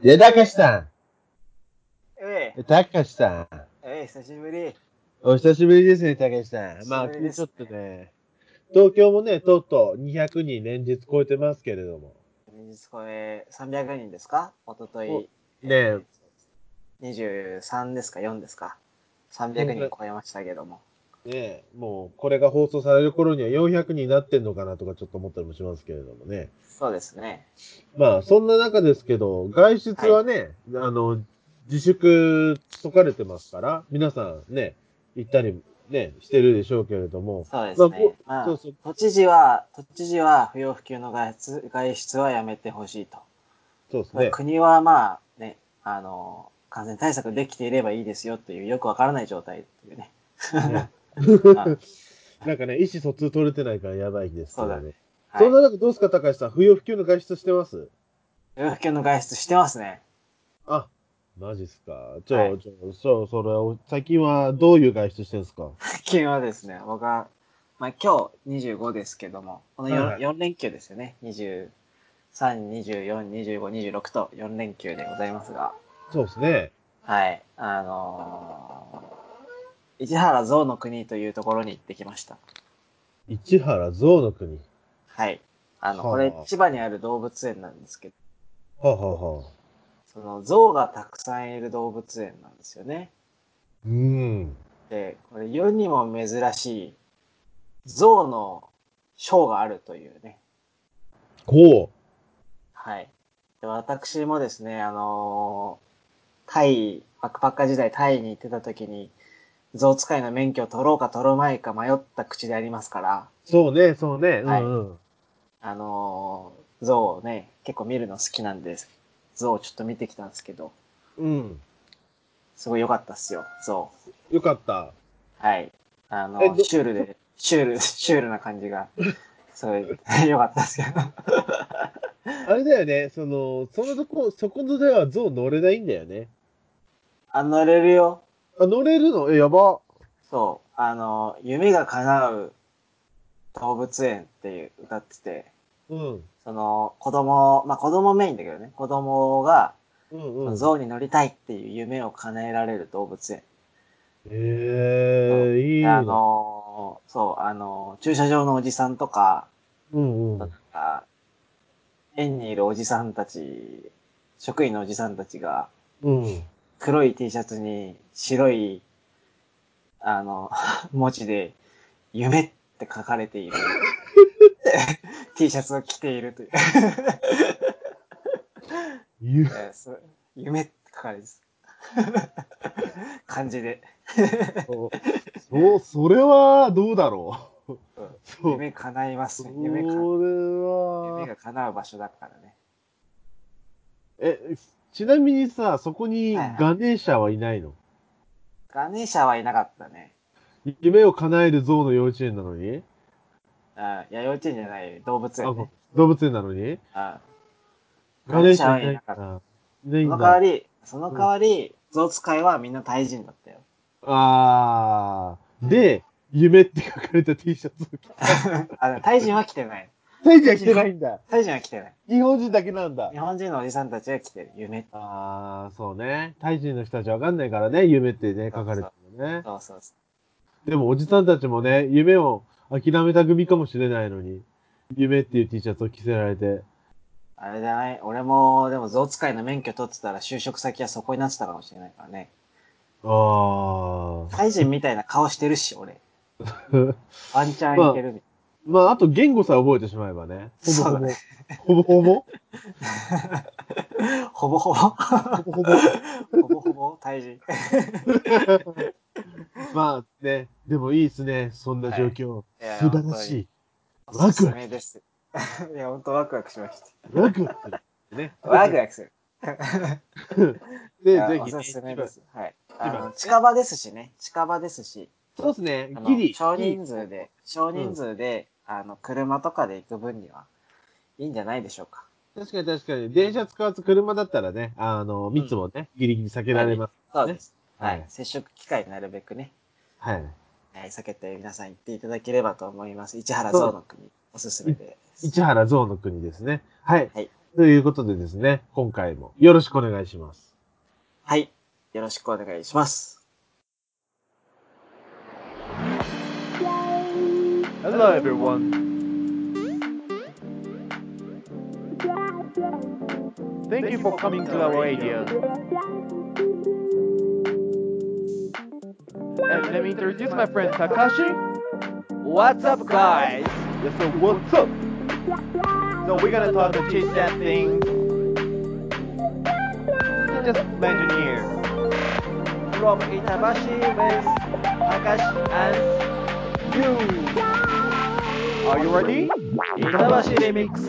で、たかしさえん。たかしさん。 久しぶり。 お久しぶりですね、たかしさん。 久しまあ、 ぶりですね。 ちょっとね、東京もね、とうとう200人連日超えてますけれども。 連日これ300人ですか？おととお、 い、 ね 23ですか ?4 ですか？ も 300 うこれ、 人超えましたけども。 もう、これが放送される頃には400人になってんのかなとかちょっと思ったりもしますけれどもね。 そうですね。 まあ、そんな中ですけど、外出はい。 はね、自粛解かれてますから、皆さんね、行ったりね、してるでしょうけれども、 そうでまあ、 すね。まあ、 そうそう、 都知事は不要不急の外出はやめてほしいと。 そうですね。 国はまあね、感染対策できていればいいですよというよくわからない状態っていうね。 ね。 まあ、 なんかね、意思疎通取れてないからやばいですけそうだね。 どね。 はい。 そんな中どうですか、高橋さん。不要不急の外出してます？ 不要不急の外出してますね。 あ、マジっすか。 はい。 それを、最近はどういう外出してるんですか？ 最近はですね、僕は、まあ今日25ですけども、このはいは 4, い。 4連休ですよね。23、24、25、26と4連休でございますが、 そうですね。 はい。市原象の国というところに行ってきました。 市原象の国。 はい。これは千葉にある動物園なんですけど、 あ。はあはあはあ。 その象がたくさんいる動物園なんですよね。 うーん。 で、これ世にも珍しい象のショーがあるというね。 こはい。で私もですね、タイ、バックパッカー時代タイに行ってた時に、象使いの免許を取ろうか取るまいか迷った口でありますから、 う。そうね、そうね。うはい。 んうん。 象をね、結構見るの好きなんです。象をちょっと見てきたんですけど、 うん。 すごい良かったっすよ、象。 よかった。 はい。 え、 シュールな感じが、すごい良かったっすけど。 あれだよね。そこのでは象乗れないんだよね。 乗れるよ。 あ、乗れるの？やば。 そう。夢が叶う動物園っていう歌ってて、 うん。 その子供メインだけどね、子供がうんうん。 その象に乗りたいっていう夢を叶えられる動物園。そう。で、 いいな。 駐車場のおじさんとか、 うんうん。 あとなんか、園にいるおじさんたち、職員のおじさんたちが、 うん。 黒い T シャツに白い、文字で、夢って書かれている T シャツを着ているというゆ、 夢って書かれてる感じでそれはどうだろう。 うん、 そう。 夢叶いますそね。 れは、 夢が叶う場所だからね。 ちなみにさ、そこにはいはい。 ガネーシャはいないの？ ガネーシャはいなかったね。 夢を叶える象の幼稚園なのに？ いや、幼稚園じゃない、動物あ、 園ね。 動物園なのにあガガネーシャネーシャいないんはいなかった。 だ。いないんだ。 そのうん。 代わり、象使いはみんなタイ人だったよ。 で、夢って書かれた T シャツを着た。 タイ人は来てない。 タイ人は着てないんだ。 タイ人は来てない。 日本人だけなんだ。 日本人のおじさんたちが来てる。夢。 そうね。タイ人の人たちわかんないからね、夢ってね、書かれてそうそう。 るのね。 そうそうそでもおじさんたちもね、夢を諦めた組かもしれないのに、夢っていう T シャツを着せられて。 あれじゃない俺も、でも象使いの免許取ってたら就職先はそこになってたかもしれないからね。 あタイ人みたいな顔してるし、俺。 あ。 ワンチャンいまあ、 けるみたいあと言語さえ覚えてしまえばね。 な。そうだね。 ほぼほぼほぼほぼほぼほぼ。 ほぼほぼタイ人。 まあね、でもいいですね。そんなはい。 状況。 いや、 素晴本当に、 らしい。 おすワクワク。 すめです。いや、本当ワクワクしましワクワクする。ね。 た。ワクワクする。いで、 や、 ぜひね、 おすすめです。はい。 千葉ね。 近場ですしね。近場ですし。 そうですね。ギリ、 少人うん。 数で、車とかで行く分には、いいんじゃないでしょうか。 確かに確かに。電車使わず車だったらね、 うん。 密もね、ギリギリ避けつまり、 られますね。 そうです。はい。 はい。 接触機会なるべくね、 はい。 はい、避けて皆さん行っていただければと思います。市原そう、 ぞうの国、おすすめです。 市原象の国ですね。はい。 はい。 ということでですね、今回もよろしくお願いします。 はい。よろしくお願いします。 Hello everyone. Thank you for coming to our radio. And let me introduce my friend Takashi. What's up, guys? Yes, so what's up? So we're gonna talk and chit chat things. Just mention here. From Itabashi with Takashi and you. Are you ready? Itabashi Remix.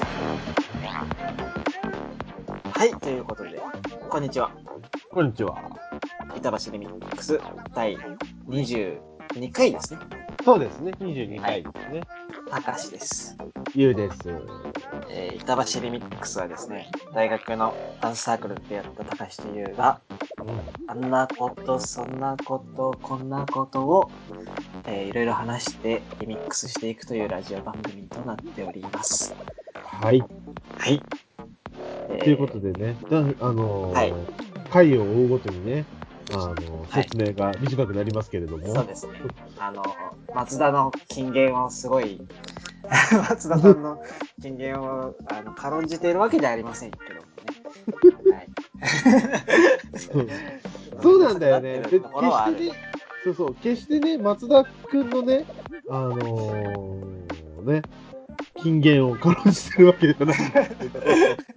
はい。ということで、こんにちは。 こんにちは。 板橋リミックス第22回ですね。 そうですね、22回ですね。 たかしです。 ゆうです。 板橋リミックスはですね、大学のダンスサークルでやったたかしとゆうが、あんなこと、そんなこと、こんなことを、いろいろ話してリミックスしていくというラジオ番組となっております。 はい。 はい。 ということでね、 はい。 回を追うごとにね、 はい説明が短くなりますけれども。 そうですね。松田の金言をすごい、松田さんの金言を軽んじているわけではありませんけどもね。はい。 そうなんだよね。 決してね、決してね、松田くんのね、ね、金言を軽んじてるわけではないんですけど。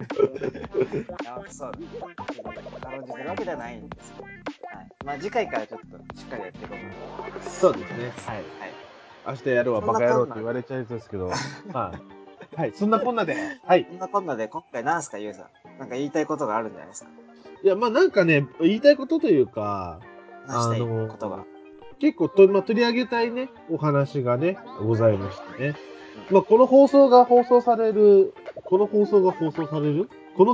そう軽んじてるわけではないんですけど。はい。まあ次回からちょっとしっかりやっていこうかなと。 そうですね。はい。明日やるわ、バカ野郎って言われちゃいそうですけど、まあ、はい、そんなこんなで、はい。 そんなこんなで今回なんすか、ゆうさん。なんか言いたいことがあるんじゃないですか。 いや、まあなんかね、言いたいことというか、 話したいことが。 結構取り上げたいね、お話がね、ございましてね。まあ、この放送が放送される、この回が放送される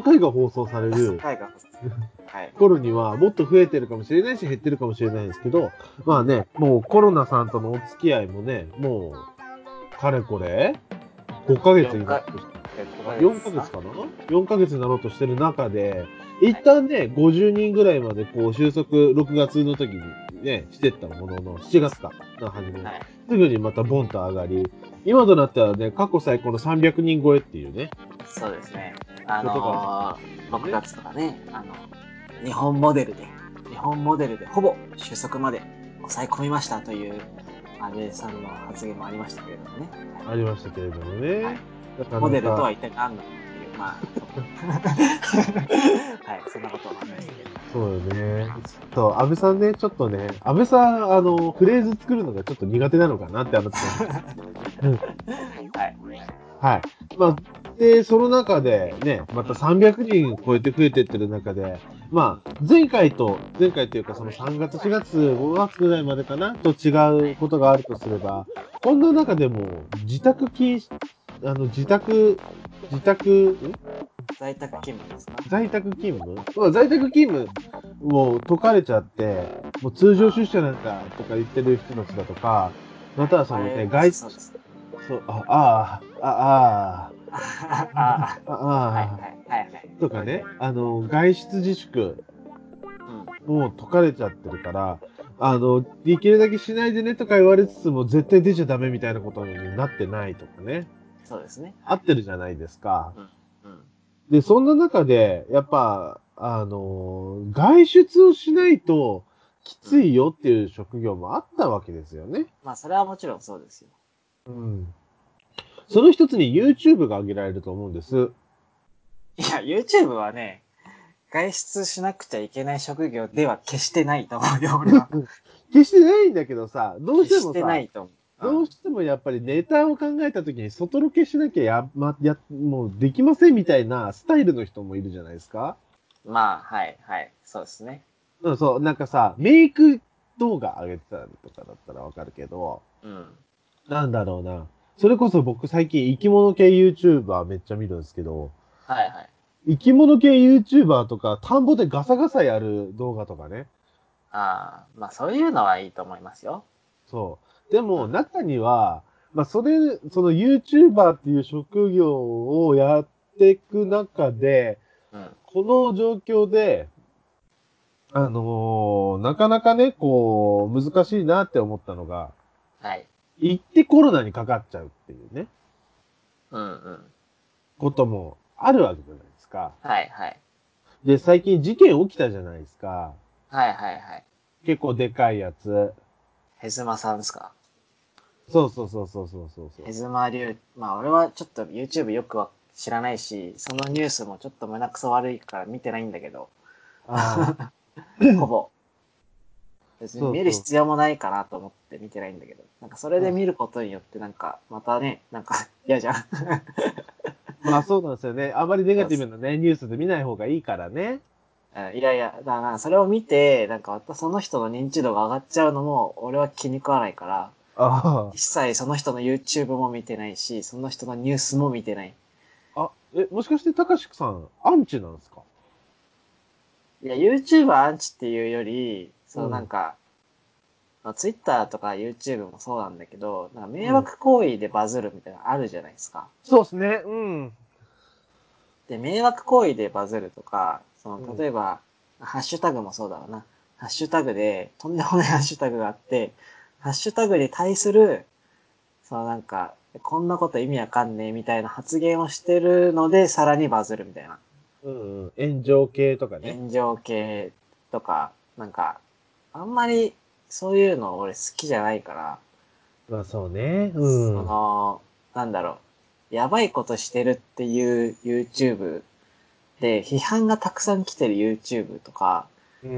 はい。 頃にはもっと増えてるかもしれないし減ってるかもしれないですけど、まあね、もうコロナさんとのお付き合いもね、もう、かれこれ、5ヶ月になって4ヶ月かな ?4 ヶ月になろうとしてる中で、一旦ね、50人ぐらいまでこう収束6月の時にね、してったものの、7月かの初め、すぐにまたボンと上がり、今となってはね、過去最高の300人超えっていうね。 そうですね。 6 6月とかね、日本モデルでほぼ収束まで抑え込みましたという、安倍さんの発言もありましたけれどもね。 ありましたけれどもね。はい、 モデルとは一体何なのっていう、まあ、はい、そんなことを話したけど。 そうよね。そう、安倍さんね、ちょっとね、安倍さん、フレーズ作るのがちょっと苦手なのかなってはい。 はい。まあ、で、その中でね、また300人超えて増えてってる中で、まあ、前回というかその3月、4月、5月ぐらいまでかなと違うことがあるとすれば、こんな中でも自宅禁止、 在宅勤務ですか？ 在宅勤務まあ、在宅勤務もう解かれちゃって、もう通常出社なんかとか言ってる人たちだとか、またはそのね、 そうです。 そう、ああ、とかね、外出自粛もう解かれちゃってるから、できるだけしないでねとか言われつつも絶対出ちゃダメみたいなことになってないとかね。 そうですね。 合ってるじゃないですか。で、そんな中で、やっぱ、外出をしないときついよっていう職業もあったわけですよね。 まあ、それはもちろんそうですよ。 うん。その一つに YouTube が挙げられると思うんです。 いや、YouTube はね、外出しなくちゃいけない職業では決してないと思うよ、俺は。 決してないんだけどさ、どうしてもさ、どうしてもやっぱりネタを考えたときに外ロケしなきゃもうできませんみたいなスタイルの人もいるじゃないですか。 まあ、はい、そうですね。 うん、そう、なんかさ、メイク動画上げてたりとかだったらわかるけど、なんだろうな。それこそ僕最近生き物系 YouTuber めっちゃ見るんですけど、生き物系 YouTuber とか、田んぼでガサガサやる動画とかね。 まあそういうのはいいと思いますよ。 そう。でも、中には、まあその YouTuber っていう職業をやっっていく中で、 うん。 この状況で、なかなかね、こう、難しいなって思ったのが、 はい。 行ってコロナにかかっちゃうっていうね、 うんうん。 こともあるわけじゃないですか。 はいはい。 で、最近事件起きたじゃないですか。 はいはいはい。 結構でかいやつ。 ヘズマさんですか？ そうそうそうそうそうそうそう。 ヘズマ流、まあ俺はちょっと YouTube よくは知らないし、そのニュースもちょっと胸くそ悪いから見てないんだけど、 ああ、 ほぼ。別に見るそうそう。 必要もないかなと思って見てないんだけど、なんかそれで見ることによってなんか、またね、なんか嫌じゃん。 まあそうなんですよね。あまりネガティブなね、ニュースで見ない方がいいからね。 いやいや、だからそれを見て、なんかまたその人の認知度が上がっちゃうのも、俺は気に食わないから、 あ一切その人の YouTube も見てないし、その人のニュースも見てない。 あ。あ、もしかして高志さん、アンチなんですか？ いや、YouTuber アンチっていうより、そのうん。 なんか、まあ、Twitter とか YouTube もそうなんだけど、なんか迷うん。 惑行為でバズるみたいなのあるじゃないですか。 そうですね。うん。 で、迷惑行為でバズるとか、その、 うん。 例えば、ハッシュタグもそうだわな。ハッシュタグで、とんでもないハッシュタグがあって、ハッシュタグに対する、そのなんか、こんなこと意味わかんねえみたいな発言をしてるので、さらにバズるみたいな。 うんうん。炎上系とかね。 炎上系とか、なんか、あんまりそういうの俺好きじゃないから、 まあそうね。うそん。 の、なんだろう、やばいことしてるっていう YouTube で、批判がたくさん来てる YouTube とか、 うん。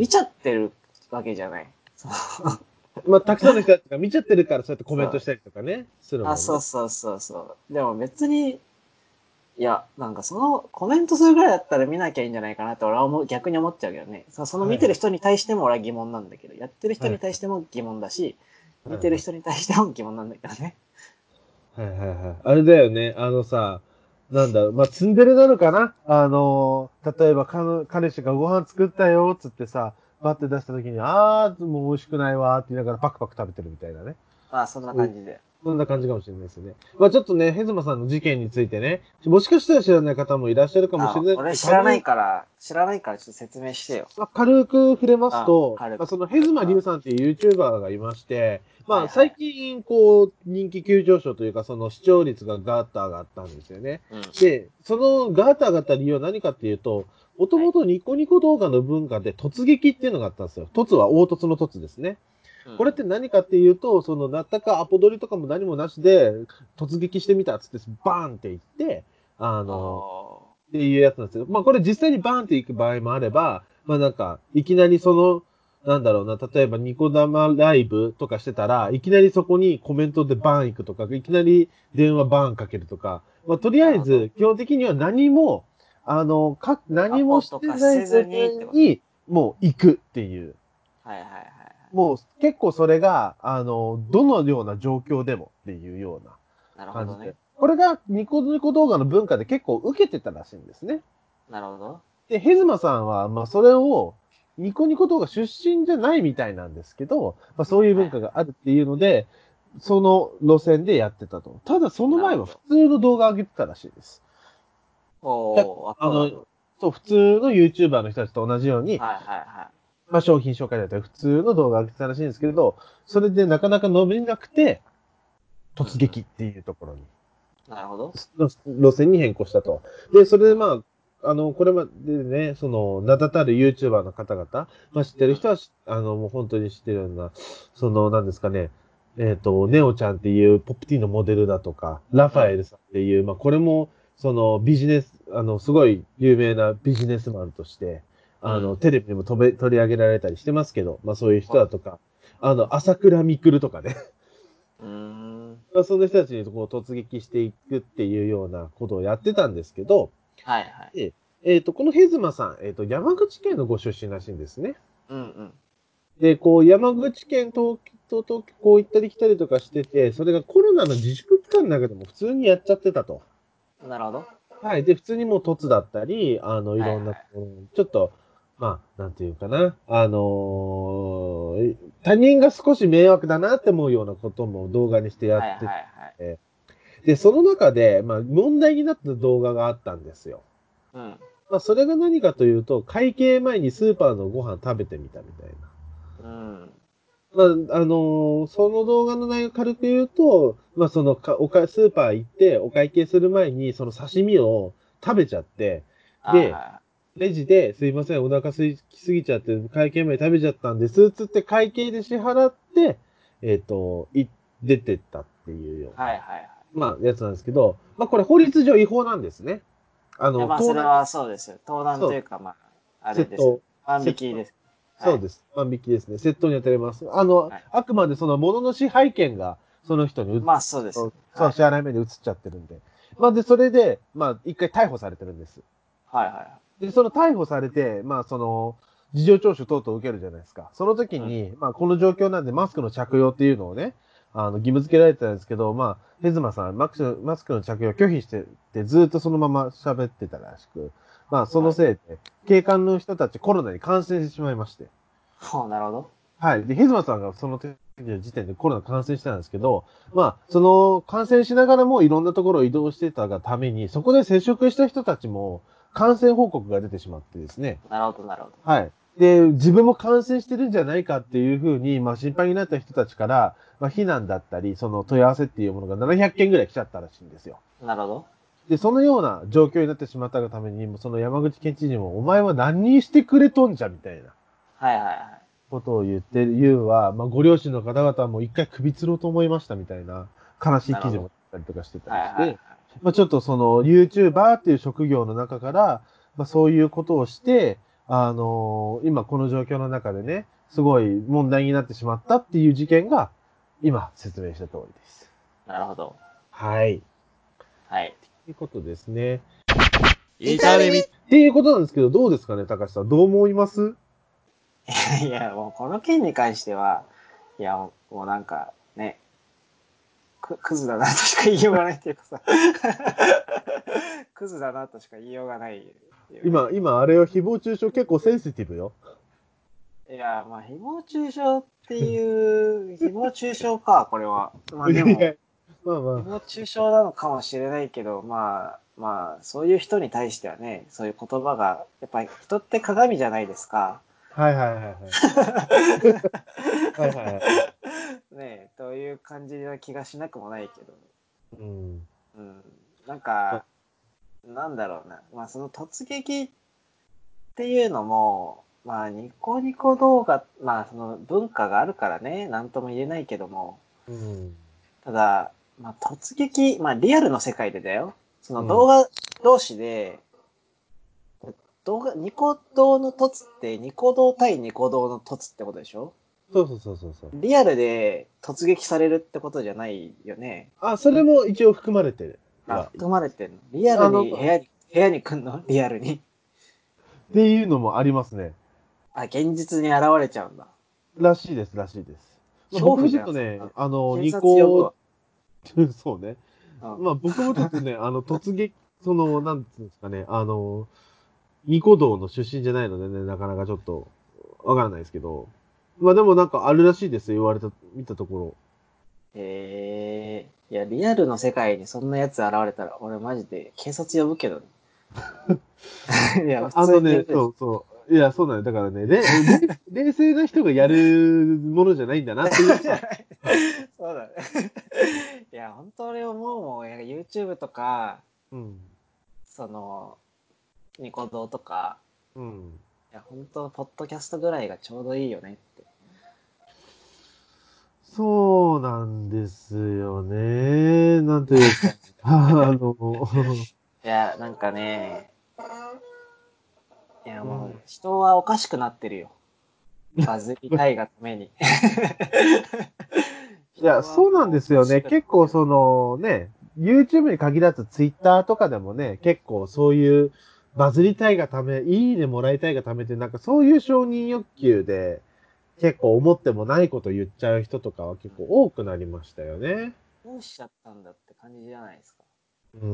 でも見ちゃってるわけじゃない。そう。 まあたくさんの人たちが見ちゃってるからそうやってコメントそうしたりとかね、するあ、 もんね。 そうそうそうそう。でも別に、いや、なんかそのコメントするぐらいだったら見なきゃいいんじゃないかなって俺は逆に思っちゃうけどね。その見てるはいはい。 人に対しても俺は疑問なんだけど、やってる人はいに対しても疑問だし、見てるはいはい。 人に対しても疑問なんだけどね。 はいはいはい。あれだよね。なんだろう、まあ、ツンデレなのかな例えば彼氏がご飯作ったよ、つってさ、バッて出した時に、もう美味しくないわ、って言いながらパクパク食べてるみたいなね。 まあそんなそういう、 感じで。 そんな感じかもしれないですよね。まあちょっとね、ヘズマさんの事件についてね、もしかしたら知らない方もいらっしゃるかもしれないので、 俺知らないからちょっと説明してよ。 まあ、軽く触れますと、まあ、 軽く、 そのヘ軽く。 ズマリュウさんっていう YouTuber がいまして、まあ、最はいはい。 近、こう、人気急上昇というか、その視聴率がガーッと上がったんですよね。 うん。 で、そのガーッと上がった理由は何かっていうと、もとはい。 もとニコニコ動画の文化で突撃っていうのがあったんですよ。突は凹凸の突ですね。 うん。 これって何かっていうと、その、全くアポ取りとかも何もなしで、突撃してみたっつって、バーンって言って、ああの、 あ。 っていうやつなんですよ。まあこれ実際にバーンっていく場合もあれば、まあなんか、いきなりその、なんだろうな、例えばニコ生ライブとかしてたら、いきなりそこにコメントでバーン行くとか、いきなり電話バーンかけるとか、まあとりあなるほど。 えず、基本的には何も、何もアポとしてかせずない状にってこと。 態に、もう行くっていう。 はいはいはいはい。 もう結構それが、どのような状況でもっていうようななるほ感じで。 どね。 これがニコニコ動画の文化で結構受けてたらしいんですね。 なるほど。 で、ヘズマさんは、まあ、それを、ニコニコ動画出身じゃないみたいなんですけど、まあ、そういう文化はいはがあるっていうので、その路線でやってたと。ただ、そい。 の前は普なるほど。 通の動画上げてたらしいです。 おー、あ、 あの、 そうなんだ。 そう、普通の YouTuber の人たちと同じように、 はいはいはまあ、商品紹介だったり普通の動画上げてたらしいんですけど、それでなかなか伸びなくて、 い。うん突撃っていうところにうん。なるほど。 路線に変更したと。で、それでまあ、これまでね、その、名だたる YouTuber の方々、まあ知ってうん。 る人はもう本当に知ってるような、その、なんですかね、ネオちゃんっていうポップティーのモデルだとか、ラフうん。 ァエルさんっていう、まあこれも、そのビジネス、すごい有名なビジネスマンとして、 うん。 テレビにも取り上げられたりしてますけど、まあそういう人だとか、朝倉未来とかね、 うーん。 まあ、その人たちにこう突撃していくっていうようなことをやってたんですけど、 はいはい。 でこのヘズマさん、山口県のご出身らしいんですね。 うんで、こう、山口県、東京、こう行ったり来たりとかしてて、それがコロナの自粛期間だけども普通にやっちゃってたと。 うん。なるほど。 はい。で、普通にもう凸だったり、いはいはい。 ろんな、ちょっと、まあ、なんていうかな、他人が少し迷惑だなって思うようなことも動画にしてやはいはいってはい。 て、 で、その中で、まあ、問題になった動画があったんですよ。 うん。 まあ、それが何かというと、会計前にスーパーのご飯食べてみたみたいな。 うん。 まあ、その動画の内容を軽く言うと、まあ、そのスーパー行ってお会計する前に、その刺身を食べちゃって、で、 はレジですいません、お腹空きすぎちゃって、会計前食べちゃったんです、つって会計で支払って、出てったっていうようい。はな、 いはいはい。 まあ、やつなんですけど、まあ、これ法律上違法なんですね。 いや、まあ、そ盗難、 れはそうですよ。盗難そう、 というか、まあ、あれですよ。 窃盗、 万引窃盗、 きです。はい。 そうです。万引きですね。窃盗に当たります。 はい。 あくまでその物の支配権がその人にまあ、そうですよ。 そう、 はい。 支払い面で移っちゃってるんで。まあ、で、それで、まあ、一回逮捕されてるんです。 はいはで、その逮捕されて、まあ、事情聴取等々受けるじゃないですか。その時い。うん。 に、まあ、この状況なんでマスクの着用っていうのをね、義務付けられてたんですけど、まあ、ヘズマさん、マスクの着用を拒否してて、ずっとそのまま喋ってたらしく、まあ、そのはい。 せいで、警官の人たちコロナに感染してしまいまして。 ほう、なるほど。 はい。で、ヘズマさんがその時の時点でコロナ感染してたんですけど、まあ、その感染しながらもいろんなところを移動してたがために、そこで接触した人たちも感染報告が出てしまってですね。 なるほど、なるほど。 はい。で、自分も感染してるんじゃないかっていうふうに、まあ心配になった人たちから、まあ避難だったり、その問い合わせっていうものが700件ぐらい来ちゃったらしいんですよ。 なるほど。 で、そのような状況になってしまったがために、その山口県知事も、お前は何してくれとんじゃみたいな。 はいはいはい。 ことを言うは、まあ、ご両親の方々はもう一回首吊ろうと思いましたみたいな悲しいなるほど。 記事もあったりとかしてたはいはいはりして、まあ、ちょっとその YouTuber っていう職業の中から、まあ、そういうことをして、今この状況の中でね、すごい問題になってしまったっていう事件が、今説明した通りです。 い。なるほど。 はい。 はい。 ということですね。 痛めみ。 っていうことなんですけど、どうですかね、高橋さん。どう思います？ いや、もうこの件に関しては、いや、もうなんか、ね、クズだなとしか言いようがないっていうかさ、クズだなとしか言いようがないよね。 今、あれは誹謗中傷結構センシティブよ。 いや、まあ、誹謗中傷っていう、誹謗中傷か、これは。まあいやいや、 でも、 まあまあ。 誹謗中傷なのかもしれないけど、まあ、そういう人に対してはね、そういう言葉が、やっぱり人って鏡じゃないですか。 はいはいはいはい。はいはいはい。 ねえ、という感じな気がしなくもないけど。 うん。 うん。なんまあ、 か、なんだろうな。まあ、その突撃っていうのも、まあ、ニコニコ動画、まあ、その文化があるからね、なんとも言えないけども、 うん。 ただ、まあ、突撃、まあ、リアルの世界でだよ。そのうん。 動画同士で、ニコ動の突って、ニコ動対ニコ動の突ってことでしょ？ そうそうそうそうそう。 リアルで突撃されるってことじゃないよね。 あ、それも一応含まれてる。 あ、含まれてんの？リアルに部屋に来んの？リアルに。 っていうのもありますね。 あ、現実に現れちゃうんだ。 らしいです、らしいです。まあ、僕もちょっ恐怖じゃん、 とね、 そんなの。警ニ察呼ぶコ、 わ。 そうね。 うん。 まあ僕もちょっとね、突撃、なんつうんですかね、ニコ動の出身じゃないのでね、なかなかちょっと、わからないですけど。まあでもなんかあるらしいですよ、見たとこいや、リアルの世界にそんなやつ現れたら、俺マジで警察呼ぶけどね。いや、 ろ。 普通に呼ぶでしそうそう。いや、そうなんよ。だからね、冷静な人がやるものじゃないんだなっていうのは、 そうだね。いや、本当俺思うもん。YouTube とか、 うん。 その、ニコ動とか、 うん。 いや、本当ポッドキャストぐらいがちょうどいいよねって。 そうなんですよね。なんというか、 いや、なんかね、いや、もううん。 人はおかしくなってるよ。バズりたいがために。 いや、 人はそうなんもうおかしですよね。 くなってる。 YouTube に限らず Twitter とかでもね、結構そういうバズりたいがため、いいねもらいたいがためって、なんかそういう承認欲求で結構思ってもないこと言っちゃう人とかは結構多くなりましたよね。 どうしちゃったんだって感じじゃないですか。 うん。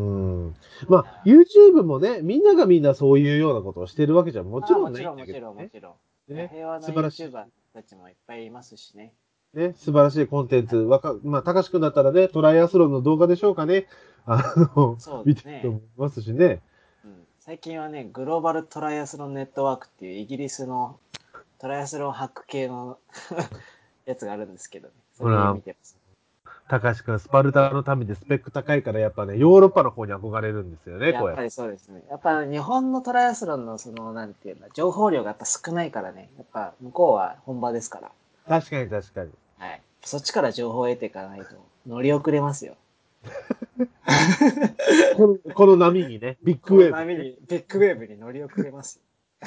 まあ、 いや、 YouTube もね、みんながみんなそういうようなことをしてるわけじゃもちああ、 ろんないんもちろん、もちろん、もだけどね。 ちろん。いや、 ね、 平和な素晴らしい。 YouTuber たちもいっぱいいますしね。 ね、素晴らしいコンテンツ、まあ、高橋くんだったらね、トライアスロンの動画でしょうかね。 そう見ですね。 てると思いますしね。 うん、最近はね、グローバルトライアスロンネットワークっていうイギリスのトライアスロンハック系のやつがあるんですけどね。それほら、 見てます。 高橋くん、スパルタの民でスペック高いから、やっぱね、ヨーロッパの方に憧れるんですよね、こうやって。 やっぱりそうですね。やっぱ日本のトライアスロンのなんていうんだ、情報量がやっぱ少ないからね。やっぱ向こうは本場ですから。 確かに確かに。 はい。そっちから情報を得ていかないと乗り遅れますよ。 この波にね、ビッこグウェーブね。 の波に、ビッグウェーブに乗り遅れますよ。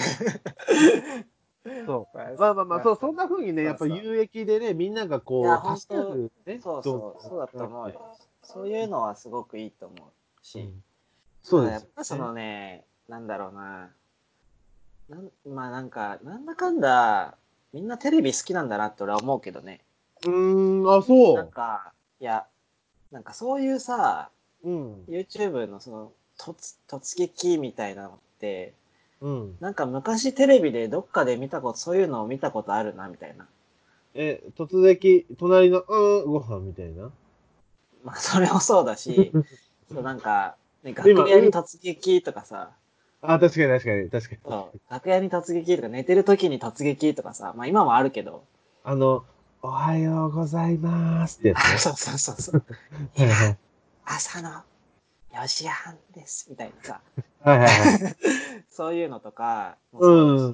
そまあ、 う。まあまあまあ、そう、 そうそんな風にね、やっぱそうそう。 有益でね、みんながいや、 こう、助か本当るね、 そうそう、そうだと思うよ。そういうのはすごくいいと思うし。 うん。 だからやそうですよね。 っぱなんだろうな。まあなんか、なんだかんだ、みんなテレビ好きなんだなって俺は思うけどね。 あ、そいや、なんかそういうさ、 う。うん。 YouTube の突撃みたいなのって、 うん。 なんか昔テレビでどっかでそういうのを見たことあるな、みたいな。 突撃、隣の、ご飯みたいな。 まあそれもそうだし、そうなんか、ね、楽今、 屋に突撃とかさ、 確かに確かに、確かに。 そう、楽屋に突撃とか寝てる時に突撃とかさ、まあ今もあるけど、 あの、おはようございますってやつね。 そうそうそうそう。今、 はいはい。 朝の4時半です、みたいなさ。 はいはいはい。 そういうのとかもうん。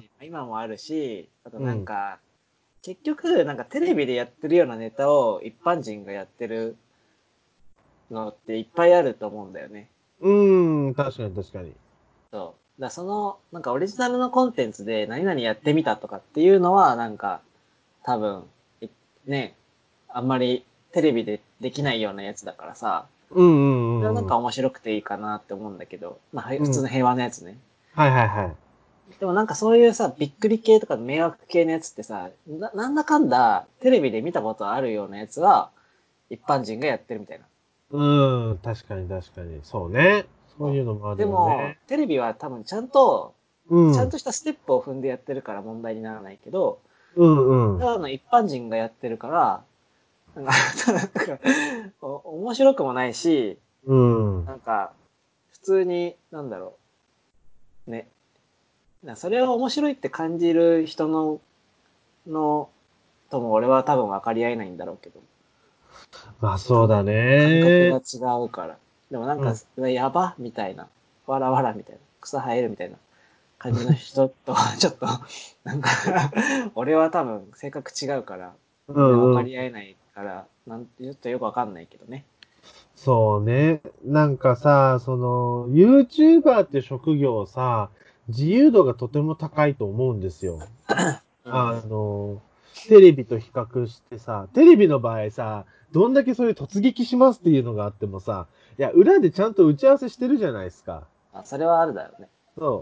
そうだし、今もあるし、あとうん。 結局、なんかテレビでやってるようなネタを一般人がやってるのっていっぱいあると思うんだよね。 確かに確かに。 そう。なんかオリジナルのコンテンツで何々やってみたとかっていうのは、なんか、多分、ね、あんまりテレビでできないようなやつだからさ、 うんうそれはなんんうんか面白くていいかなって思うんだけど、まあ、 うん。うん。 普通の平和なやつね。 はいはいはい。 でもなんかそういうさ、びっくり系とか迷惑系のやつってさ、なんだかんだテレビで見たことあるようなやつは一般人がやってるみたいな。 確かに確かに。そうね。そういうのもあるでも、 よね。 テレビは多分うん。 ちゃんとしたステップを踏んでやってるから問題にならないけど、 うんうん。 ただの一般人がやってるから、なんか面白くもないし、 うん。 なんか、普通に、ね、それを面白いって感じる人のとも俺は多分分かり合えないんだろうけど、 まあそうだ感覚がね。 違うから。でもなんか、 うん。 うわやばみたいな、わらわらみたいな、草生えるみたいな感じの人とはちょっと、なんか俺は多分性格違うから、 う全然分んうん。 かり合えないから、ちょっとよく分かんないけどね。 そうね。なんかさ、YouTuber って職業さ、自由度がとても高いと思うんですよ。 うん。 あの、テレビと比較してさ、テレビの場合さ、どんだけそういう突撃しますっていうのがあってもさ、いや、裏でちゃんと打ち合わせしてるじゃないですか。 あ、それはあるだろうね。 そう。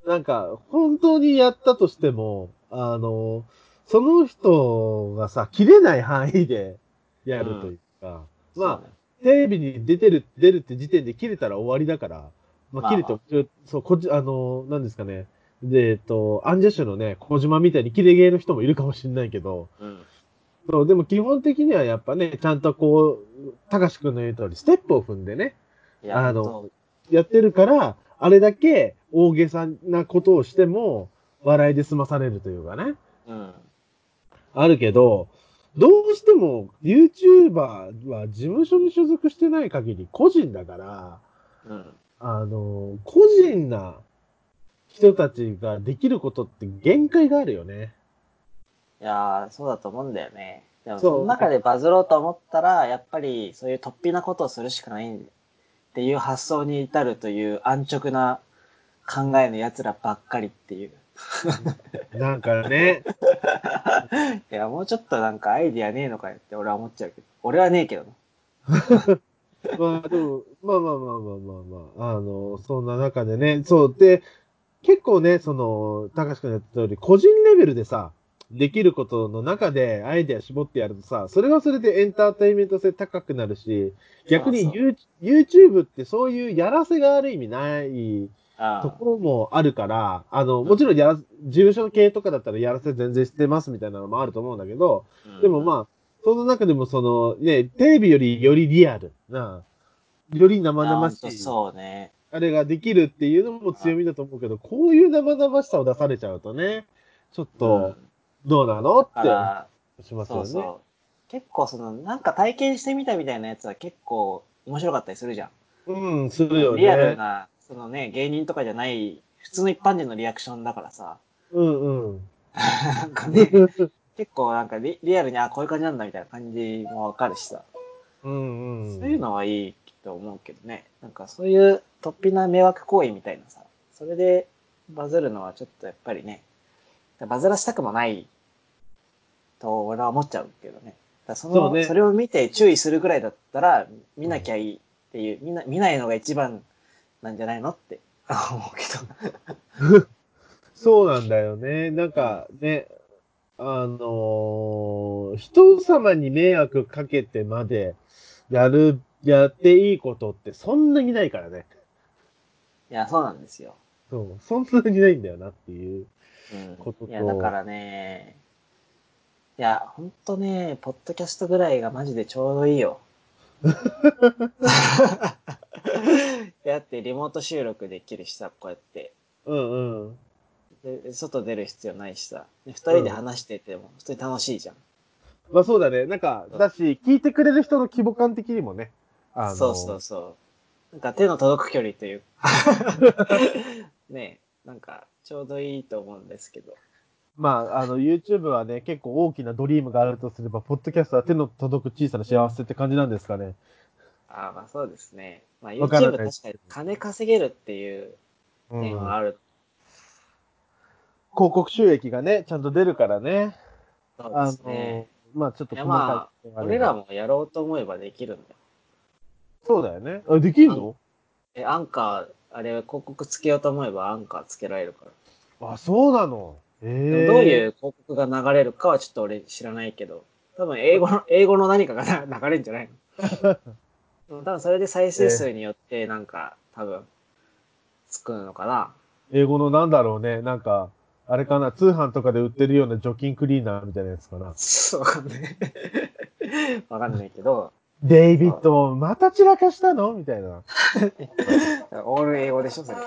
なんか、本当にやったとしても、その人がさ、切れない範囲でやるというん。 うか、まあ、 そうね。 テレビに出るって時点で切れたら終わりだから、まあ、切れて、 まあまそう、なんですかね。で、アンジャッシュのね、小島みたいに切れゲーの人もいるかもしれないけど、 あ。うん。 そう、でも基本的にはやっぱね、ちゃんとこう、高志くんの言う通り、ステップを踏んでね、 いや、 あの、 本当やってるから、あれだけ大げさなことをしても、笑いで済まされるというかね、 うん。 あるけど、どうしても YouTuber は事務所に所属してない限り個人だから、 うん。 個人な人たちができることって限界があるよね。 いやー、そうだと思うんだよね。でも、そのそう、 中でバズろうと思ったら、やっぱり、そういう突飛なことをするしかないっていう発想に至るという安直な考えの奴らばっかりっていう。 なんかね、 いや、もうちょっとなんかアイディアねえのかよって俺は思っちゃうけど。俺はねえけどな。 まあでも、まあまあまあまあまあまあ、そんな中でね、そう、で、結構ね、高橋君の言った通り、個人レベルでさ、できることの中でアイデア絞ってやるとさ、それはそれでエンターテインメント性高くなるし、逆にそうそう。 YouTube ってそういうやらせがある意味ないところもあるから、もちろん事務所系とかだったらやらせ全然してますみたいなのもあると思うんだけど、でもまあ、その中でもテレビよりよりリアルな、より生々しい、 そうね。 あれができるっていうのも強みだと思うけど、こういう生々しさを出されちゃうとね、ちょっと、どうなのってしますよね。 そう。結構なんか体験してみたみたいなやつは結構面白かったりするじゃん。 うん、するよね。 リアルな、芸人とかじゃない、普通の一般人のリアクションだからさ。 うんうん。 なんかね、結構なんかリアルに、こういう感じなんだみたいな感じもわかるしさ。 うんうん。 そういうのはいいと思うけどね。なんかそういう突飛な迷惑行為みたいなさ。それでバズるのはちょっとやっぱりね、バズらしたくもないと俺は思っちゃうけどね。 そうね。 それを見て注意するぐらいだったら、見なきゃいいっていう、見ないのが一番なんじゃないのって思うけど。 そうなんだよね。なんかね、人様に迷惑かけてまでやっていいことってそんなにないからね。 いや、そうなんですよ。 そう、そんなにないんだよなっていうこといや、だかと、 らね、いや、ほんとね、ポッドキャストぐらいがマジでちょうどいいよ。だってリモート収録できるしさ、こうやって。 うんうん。 で外出る必要ないしさ。二人で話してても普通に楽しいじゃん。 まあそうだね。なんか、だし、聞いてくれる人の規模感的にもね、 そう。なんか手の届く距離というかねえ、なんかちょうどいいと思うんですけど。 まあ、YouTube はね、結構大きなドリームがあるとすれば、ポッドキャストは手の届く小さな幸せって感じなんですかね。 まあそうですね。まあわから YouTube ない。 確かに金稼げるっていううん。 点はある。 広告収益がね、ちゃんと出るからね。 そうですね。 まあちょっといや細かいこまあ、 とがあれば。 俺らもやろうと思えばできるんだよ。 そうだよね。あ、できんの？ アンカー、あれ広告つけようと思えばアンカーつけられるから。 あ、そうなの。 でもどうええいう広告が流れるかはちょっと俺知らないけど、多分英語の何かが流れるんじゃないの？多分それで再生数によってなんか多分つくのかな。 英語のなんだろうね。なんか、あれかな、通販とかで売ってるような除菌クリーナーみたいなやつかな。 そうね。わかんないけど、 デイビッそう。 ド、また散らかしたのみたいな。 オール英語でしょ、それ。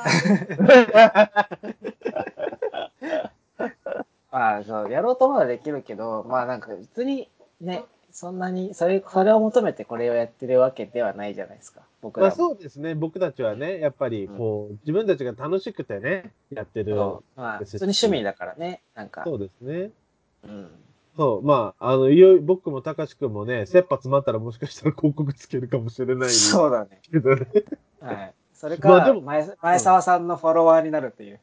まあ、そう、やろうと思えばできるけど、まあなんか別にね、そんなに、それを求めてこれをやってるわけではないじゃないですか、僕まあらも。 そうですね。僕たちはね、やっぱりうん。 こう、自分たちが楽しくてね、やってるそう。まあ、普ですし。 通に趣味だからね、なんか、 そうですね。 うん。 そう、まあ、僕も高志くんもね、切羽詰まったらもしかしたら広告つけるかもしれないそうだね。 けどね。 はい。それか、 まあでも、 前うん。 澤さんのフォロワーになるっていう。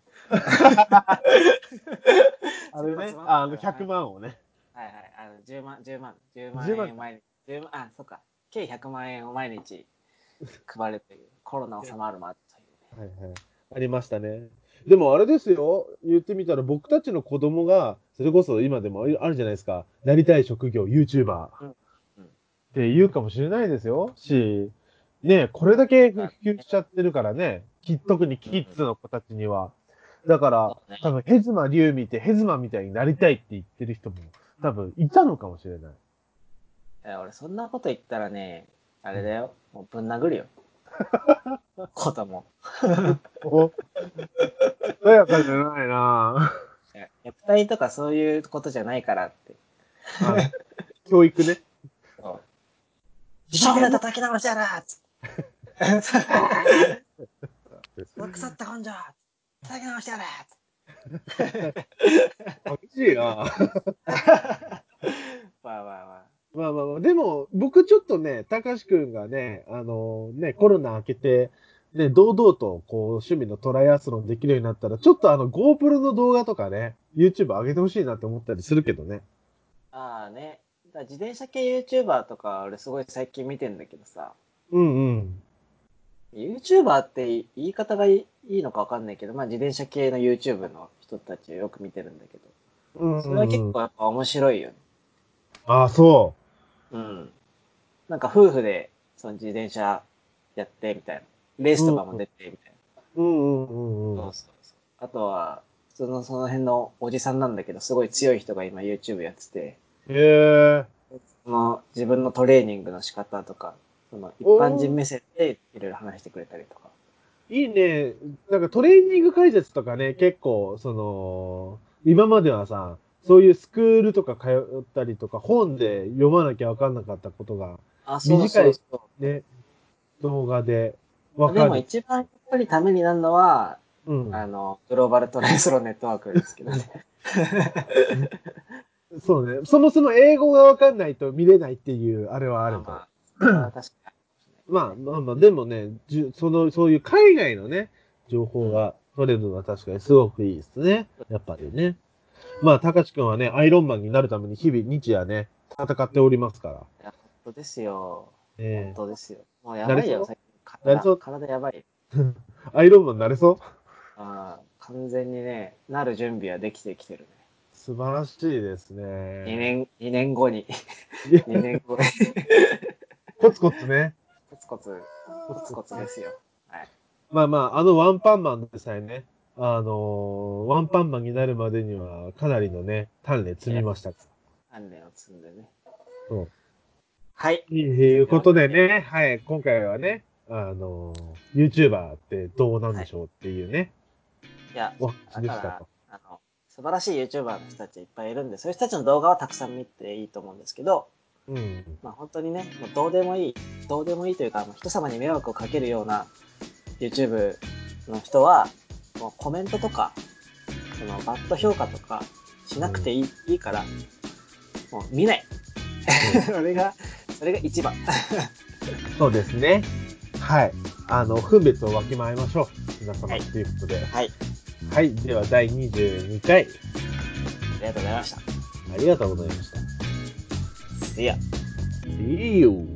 あれね、 切羽詰まったら、 100万をね。 はいはい、10万 10万か。 円毎日、10万、そっか、計100万円を毎日配るという、コロナ収まるまでというね。 はいはい。ありましたね。でもあれですよ。言ってみたら僕たちの子供が、それこそ今でもあるじゃないですか。なりたい職業、YouTuber っうん。うん。 て言うかもしれないですよ。ね、これだけ普だ及しちゃってるからね。特にキうん。 ッズの子たちには。だから、 そうね。 多分ヘズマリュウ見てヘズマみたいになりたいって言ってる人も多分いたのかもしれない。 俺、そんなこと言ったらね、あうん。 れだよ。もうぶん殴るよ。子供。 お、とやかじゃないなぁ。 虐待とかそういうことじゃないからって。 あ、教育ね。 そう。 ふざけんな。 少年叩き直しやらつって腐った根性叩き直しやれ激しいなぁ。 まあまあまあ。 まあまあまあ、でも、僕ちょっとね、たかしくんがね、コロナ明けて、ね、堂々と、こう、趣味のトライアスロンできるようになったら、ちょっとGoPro の動画とかね、YouTube 上げてほしいなって思ったりするけどね。 ああね。自転車系 YouTuber とか俺すごい最近見てんだけどさ、 うんうん。 YouTuber って言い方がいいのかわかんないけど、まあ自転車系の YouTube の人たちをよく見てるんだけど、 うんそれは結うんうん。 構やっぱ面白いよね。 ああ、そうん。なんか夫婦でその自転車やってみたいな。レーう。うん。 スとかも出てみたいな。 うんうんうんうん。 そうそうそう。あとは、普通のその辺のおじさんなんだけど、すごい強い人が今 YouTube やってて、 へえ。 その自分のトレーニングの仕方とか、その一般人目線でいろいろ話してくれたりとか。 いいね。なんかトレーニング解説とかね、結構、今まではさ、そういうスクールとか通ったりとか、本で読まなきゃわかんなかったことが、 あ、そう短いそうそね、動画でう。でもわかる。 一番やっぱりためになるのは、 うん。 グローバルトライアスロンネットワークですけどね。 そうね。そもそも英語がわかんないと見れないっていう、あれはあると。 まあまあ、それは確かまあまあまあ、でもね、そういう海外のね、情報に。 が取れるのは確かにすごくいいですね。やっぱりね。まあ、高知くんはね、アイロンマンになるために日々、日夜ね、戦っておりますから。 いや、本当ですよ。本ええ当ですよ。もうやばいよ、 なれそ最近。 うなれそう。 体やばい。 アイロンマンなれそう。 完全にね、なる準備はできてきてるね。 素晴らしいですね。 2年後に。 いや 2年後に。 コツコツね。 コツコツ、コツコツですよ。はい。 まあまあ、あのワンパンマンでさえね、ワンパンマンになるまでにはかなりのね、鍛錬積いや、 みましたか鍛錬を積んでね。 ら。そう。 はい。 ということでというわね、はい、今回はね、YouTuber ってどうなんけではい。 でしょうっていうね、 いや、 お話だから、 でしたと。 素晴らしい YouTuber の人たちいっぱいいるんで、そういう人たちの動画はたくさん見ていいと思うんですけど、 うん。 まあ本当にね、もうどうでもいい、どうでもいいというか、もう人様に迷惑をかけるような YouTube の人は、もうコメントとか、そのバッド評価とかしなくていいから、もう見ない。それが一番。 そうですね。はい。分別をわきまえましょう。皆様、 はいということで。 はい。 はい。では、第22回、 ありがとうございました。 ありがとうございました。 See ya. See you!